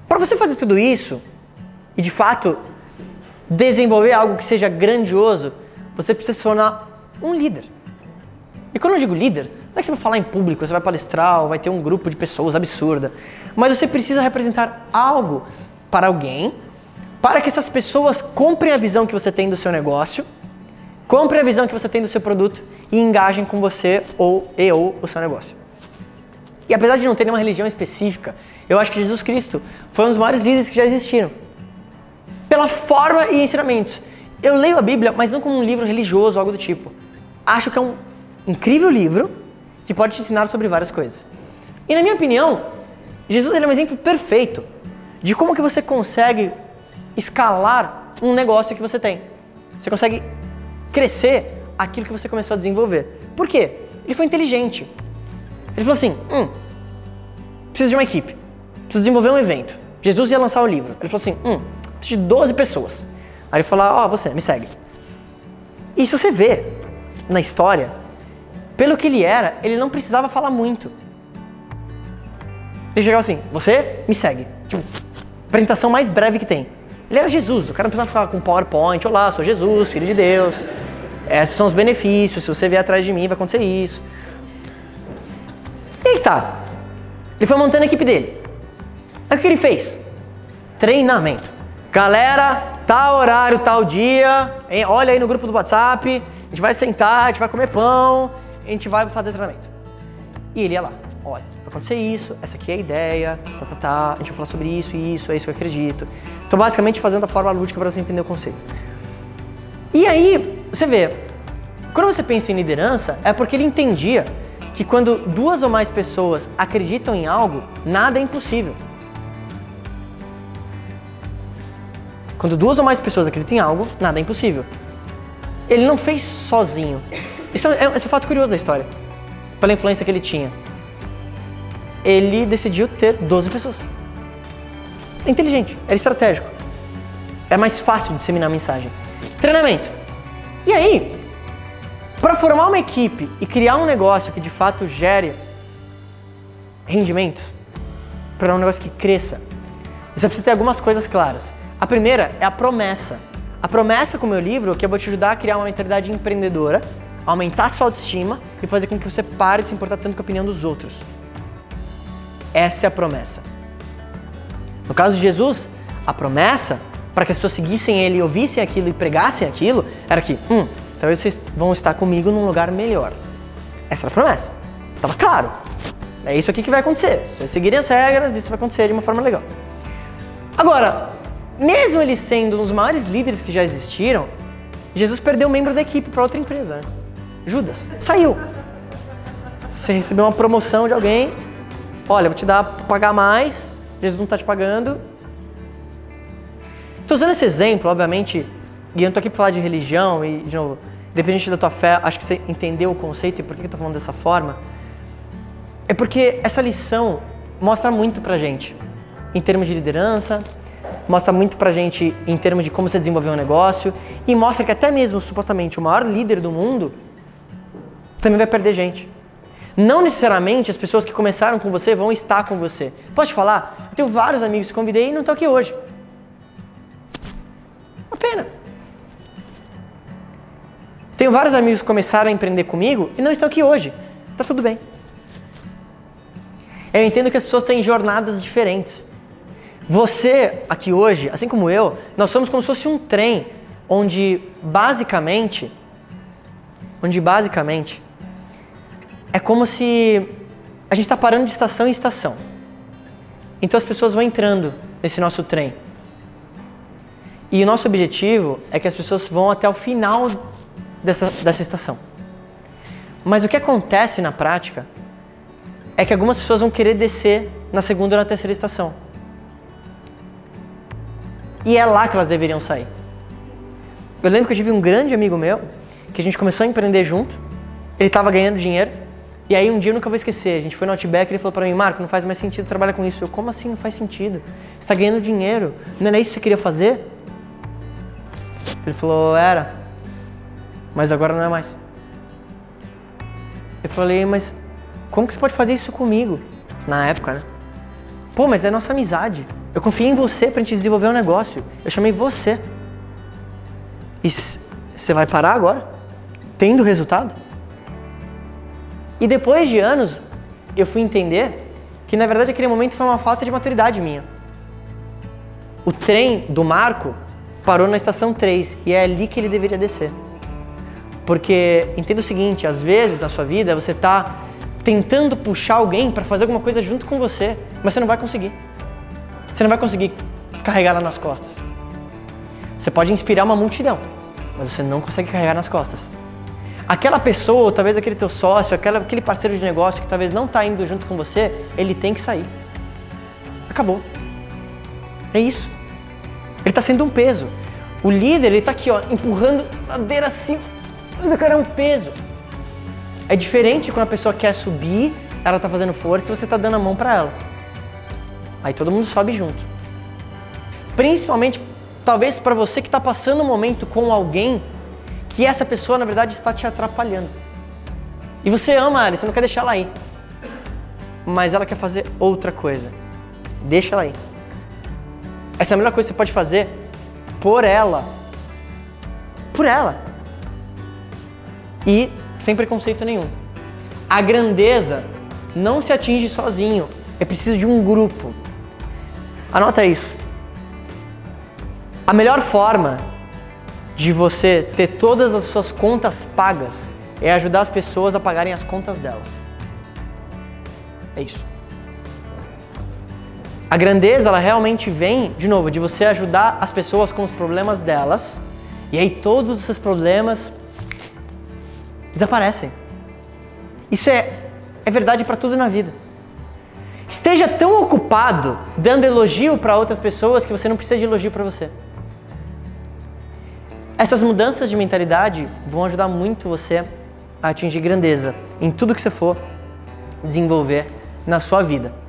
Para você fazer tudo isso e de fato desenvolver algo que seja grandioso, você precisa se tornar um líder. E quando eu digo líder, não é que você vai falar em público, você vai palestrar ou vai ter um grupo de pessoas absurda, mas você precisa representar algo para alguém, para que essas pessoas comprem a visão que você tem do seu negócio, comprem a visão que você tem do seu produto e engajem com você ou o seu negócio. E apesar de não ter nenhuma religião específica, eu acho que Jesus Cristo foi um dos maiores líderes que já existiram. Pela forma e ensinamentos. Eu leio a Bíblia, mas não como um livro religioso ou algo do tipo. Acho que é um incrível livro que pode te ensinar sobre várias coisas. E na minha opinião, Jesus ele é um exemplo perfeito de como que você consegue escalar um negócio que você tem. Você consegue crescer aquilo que você começou a desenvolver. Por quê? Ele foi inteligente. Ele falou assim, preciso de uma equipe, preciso desenvolver um evento. Jesus ia lançar o livro. Ele falou assim, preciso de 12 pessoas. Aí ele falou, você, me segue. E se você vê na história, pelo que ele era, ele não precisava falar muito. Ele chegava assim, você, me segue. Tipo, apresentação mais breve que tem. Ele era Jesus, o cara não precisava falar com PowerPoint, olá, sou Jesus, filho de Deus. Esses são os benefícios, se você vier atrás de mim vai acontecer isso. E aí tá. Ele foi montando a equipe dele. Aí o que ele fez? Treinamento. Galera, tal horário, tal dia, olha aí no grupo do WhatsApp, a gente vai sentar, a gente vai comer pão, a gente vai fazer treinamento. E ele ia lá, olha, vai acontecer isso, essa aqui é a ideia, a gente vai falar sobre isso e isso, é isso que eu acredito. Então basicamente fazendo a forma lúdica para você entender o conceito. E aí, você vê, quando você pensa em liderança, é porque ele entendia que quando 2 ou mais pessoas acreditam em algo, nada é impossível. Quando 2 ou mais pessoas acreditam em algo, nada é impossível. Ele não fez sozinho. Esse é um fato curioso da história. Pela influência que ele tinha. Ele decidiu ter 12 pessoas. É inteligente, é estratégico. É mais fácil de disseminar a mensagem. Treinamento. E aí, para formar uma equipe e criar um negócio que de fato gere rendimentos, para um negócio que cresça, você precisa ter algumas coisas claras. A primeira é a promessa. A promessa com o meu livro é que eu vou te ajudar a criar uma mentalidade empreendedora, aumentar a sua autoestima e fazer com que você pare de se importar tanto com a opinião dos outros. Essa é a promessa. No caso de Jesus, a promessa, para que as pessoas seguissem ele, ouvissem aquilo e pregassem aquilo, era que, talvez vocês vão estar comigo num lugar melhor. Essa era a promessa. Estava claro. É isso aqui que vai acontecer. Se vocês seguirem as regras, isso vai acontecer de uma forma legal. Agora, mesmo ele sendo um dos maiores líderes que já existiram, Jesus perdeu um membro da equipe para outra empresa. Judas. Saiu. Você recebeu uma promoção de alguém. Olha, vou te pagar mais. Jesus não está te pagando. Estou usando esse exemplo, obviamente, e eu não estou aqui para falar de religião e, de novo, independente da tua fé, acho que você entendeu o conceito e por que eu estou falando dessa forma. É porque essa lição mostra muito pra gente em termos de liderança, mostra muito pra gente em termos de como você desenvolver um negócio e mostra que até mesmo, supostamente, o maior líder do mundo também vai perder gente. Não necessariamente as pessoas que começaram com você vão estar com você. Posso te falar? Eu tenho vários amigos que convidei e não estão aqui hoje. Uma pena. Tenho vários amigos que começaram a empreender comigo e não estão aqui hoje. Tá tudo bem. Eu entendo que as pessoas têm jornadas diferentes. Você, aqui hoje, assim como eu, nós somos como se fosse um trem onde basicamente é como se a gente está parando de estação em estação. Então as pessoas vão entrando nesse nosso trem. E o nosso objetivo é que as pessoas vão até o final dessa estação. Mas o que acontece na prática é que algumas pessoas vão querer descer na segunda ou na terceira estação. E é lá que elas deveriam sair. Eu lembro que eu tive um grande amigo meu, que a gente começou a empreender junto, ele estava ganhando dinheiro, e aí um dia eu nunca vou esquecer, a gente foi no Outback e ele falou para mim, Marco, não faz mais sentido trabalhar com isso. Eu, como assim não faz sentido? Você está ganhando dinheiro, não era isso que você queria fazer? Ele falou, era, mas agora não é mais. Eu falei, mas como que você pode fazer isso comigo? Na época, né? Pô, mas é nossa amizade. Eu confiei em você pra gente desenvolver um negócio. Eu chamei você. E você vai parar agora? Tendo resultado? E depois de anos, eu fui entender que na verdade aquele momento foi uma falta de maturidade minha. O trem do Marco parou na estação 3 e é ali que ele deveria descer. Porque entenda o seguinte, às vezes na sua vida você está tentando puxar alguém para fazer alguma coisa junto com você, mas você não vai conseguir. Você não vai conseguir carregar ela nas costas. Você pode inspirar uma multidão, mas você não consegue carregar nas costas. Aquela pessoa, ou talvez aquele teu sócio, aquele parceiro de negócio que talvez não está indo junto com você, ele tem que sair. Acabou. É isso. Ele está sendo um peso. O líder, ele está aqui, ó, empurrando a ladeira assim, mas o cara é um peso. É diferente quando a pessoa quer subir, ela está fazendo força e você está dando a mão para ela. Aí todo mundo sobe junto. Principalmente, talvez para você que está passando um momento com alguém que essa pessoa, na verdade, está te atrapalhando. E você ama ela, você não quer deixar ela ir. Mas ela quer fazer outra coisa. Deixa ela ir. Essa é a melhor coisa que você pode fazer por ela. Por ela. E sem preconceito nenhum. A grandeza não se atinge sozinho. É preciso de um grupo. Anota isso. A melhor forma de você ter todas as suas contas pagas é ajudar as pessoas a pagarem as contas delas. É isso. A grandeza, ela realmente vem, de novo, de você ajudar as pessoas com os problemas delas, e aí todos os seus problemas desaparecem. Isso é verdade para tudo na vida. Esteja tão ocupado dando elogio para outras pessoas que você não precisa de elogio para você. Essas mudanças de mentalidade vão ajudar muito você a atingir grandeza em tudo que você for desenvolver na sua vida.